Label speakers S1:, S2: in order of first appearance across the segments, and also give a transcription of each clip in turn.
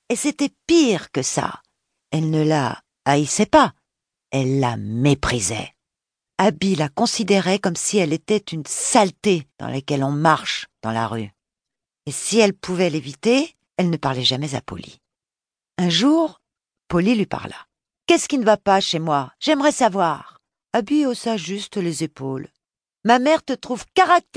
S1: Et c'était pire que ça. Elle ne la haïssait pas, elle la méprisait. Abby la considérait comme si elle était une saleté dans laquelle on marche dans la rue. Et si elle pouvait l'éviter, elle ne parlait jamais à Polly. Un jour, Polly lui parla. « Qu'est-ce qui ne va pas chez moi? J'aimerais savoir. » Abby haussa juste les épaules. « Ma mère te trouve caractérielle, »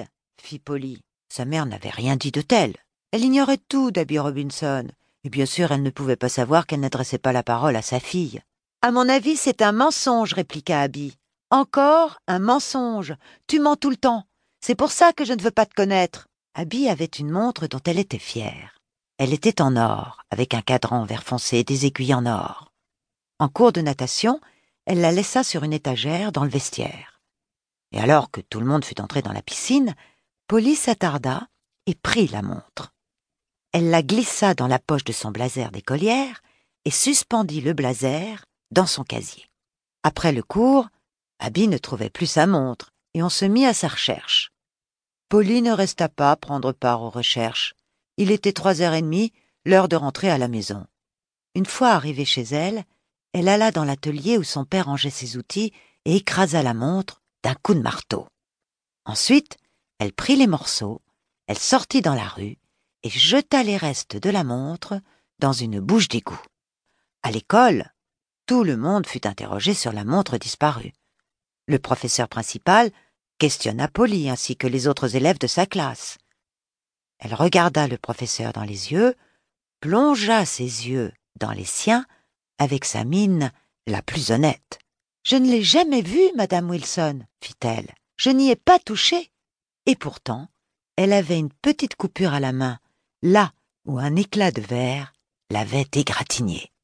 S1: fit Polly. Sa mère n'avait rien dit de tel. Elle ignorait tout d'Abby Robinson. Et bien sûr, elle ne pouvait pas savoir qu'elle n'adressait pas la parole à sa fille. « À mon avis, c'est un mensonge, » répliqua Abby. « Encore un mensonge. Tu mens tout le temps. C'est pour ça que je ne veux pas te connaître. » Abby avait une montre dont elle était fière. Elle était en or, avec un cadran vert foncé et des aiguilles en or. En cours de natation, elle la laissa sur une étagère dans le vestiaire. Et alors que tout le monde fut entré dans la piscine, Polly s'attarda et prit la montre. Elle la glissa dans la poche de son blazer d'écolière et suspendit le blazer dans son casier. Après le cours, Abby ne trouvait plus sa montre et on se mit à sa recherche. Polly ne resta pas prendre part aux recherches. Il était 3h30, l'heure de rentrer à la maison. Une fois arrivée chez elle, elle alla dans l'atelier où son père rangeait ses outils et écrasa la montre d'un coup de marteau. Ensuite, elle prit les morceaux, elle sortit dans la rue et jeta les restes de la montre dans une bouche d'égout. À l'école, tout le monde fut interrogé sur la montre disparue. Le professeur principal questionna Polly ainsi que les autres élèves de sa classe. Elle regarda le professeur dans les yeux, plongea ses yeux dans les siens avec sa mine la plus honnête. « Je ne l'ai jamais vue, Madame Wilson, » fit-elle. « Je n'y ai pas touché. » Et pourtant, elle avait une petite coupure à la main, là où un éclat de verre l'avait égratignée.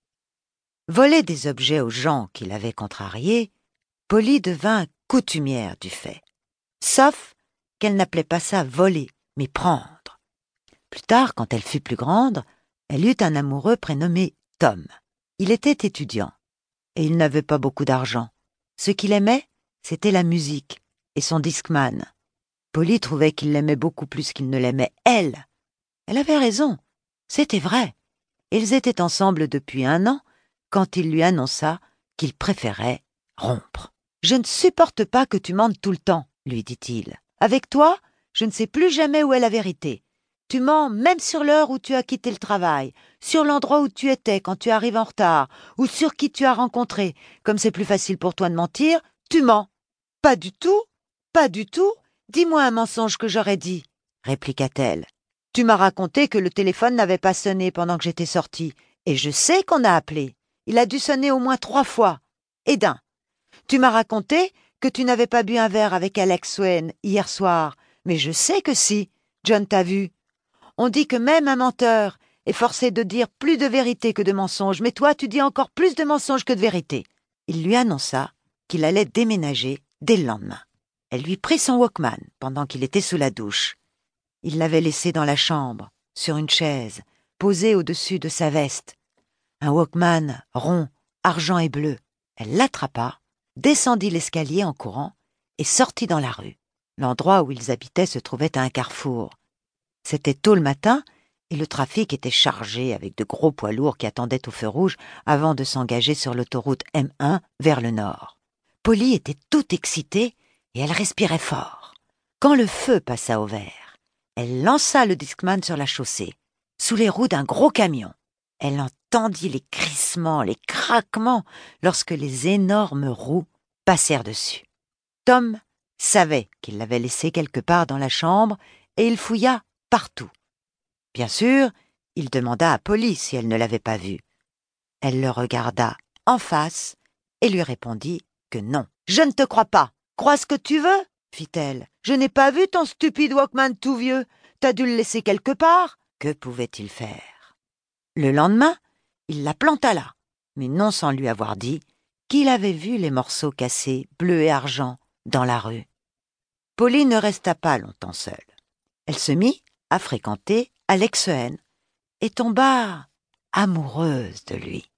S1: Voler des objets aux gens qui l'avaient contrariée, Polly devint coutumière du fait. Sauf qu'elle n'appelait pas ça voler, mais prendre. Plus tard, quand elle fut plus grande, elle eut un amoureux prénommé Tom. Il était étudiant, et il n'avait pas beaucoup d'argent. Ce qu'il aimait, c'était la musique et son Discman. Polly trouvait qu'il l'aimait beaucoup plus qu'il ne l'aimait elle. Elle avait raison, c'était vrai. Ils étaient ensemble depuis 1 an, quand il lui annonça qu'il préférait rompre. « Je ne supporte pas que tu mentes tout le temps, » lui dit-il. « Avec toi, je ne sais plus jamais où est la vérité. Tu mens même sur l'heure où tu as quitté le travail, sur l'endroit où tu étais quand tu arrives en retard, ou sur qui tu as rencontré. Comme c'est plus facile pour toi de mentir, tu mens. »« Pas du tout, pas du tout. Dis-moi un mensonge que j'aurais dit, » répliqua-t-elle. « Tu m'as raconté que le téléphone n'avait pas sonné pendant que j'étais sortie, et je sais qu'on a appelé. Il a dû sonner au moins 3 fois. Et d'un. Tu m'as raconté que tu n'avais pas bu un verre avec Alex Swain hier soir, mais je sais que si, John t'a vu. On dit que même un menteur est forcé de dire plus de vérité que de mensonges, mais toi tu dis encore plus de mensonges que de vérité. » Il lui annonça qu'il allait déménager dès le lendemain. Elle lui prit son Walkman pendant qu'il était sous la douche. Il l'avait laissé dans la chambre, sur une chaise, posé au-dessus de sa veste. Un Walkman rond, argent et bleu. Elle l'attrapa, descendit l'escalier en courant et sortit dans la rue. L'endroit où ils habitaient se trouvait à un carrefour. C'était tôt le matin et le trafic était chargé avec de gros poids lourds qui attendaient au feu rouge avant de s'engager sur l'autoroute M1 vers le nord. Polly était toute excitée et elle respirait fort. Quand le feu passa au vert, elle lança le Discman sur la chaussée, sous les roues d'un gros camion. Elle entendit les crissements, les craquements lorsque les énormes roues passèrent dessus. Tom savait qu'il l'avait laissé quelque part dans la chambre et il fouilla partout. Bien sûr, il demanda à Polly si elle ne l'avait pas vu. Elle le regarda en face et lui répondit que non. « Je ne te crois pas. Crois ce que tu veux, » fit-elle. « Je n'ai pas vu ton stupide Walkman tout vieux. T'as dû le laisser quelque part. » Que pouvait-il faire? Le lendemain, il la planta là, mais non sans lui avoir dit qu'il avait vu les morceaux cassés, bleus et argent, dans la rue. Polly ne resta pas longtemps seule. Elle se mit à fréquenter Alex Swain et tomba amoureuse de lui.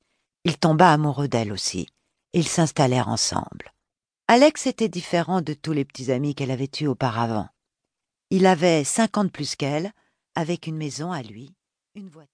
S1: Il tomba amoureux d'elle aussi, et ils s'installèrent ensemble. Alex était différent de tous les petits amis qu'elle avait eus auparavant. Il avait 5 ans de plus qu'elle, avec une maison à lui, une voiture.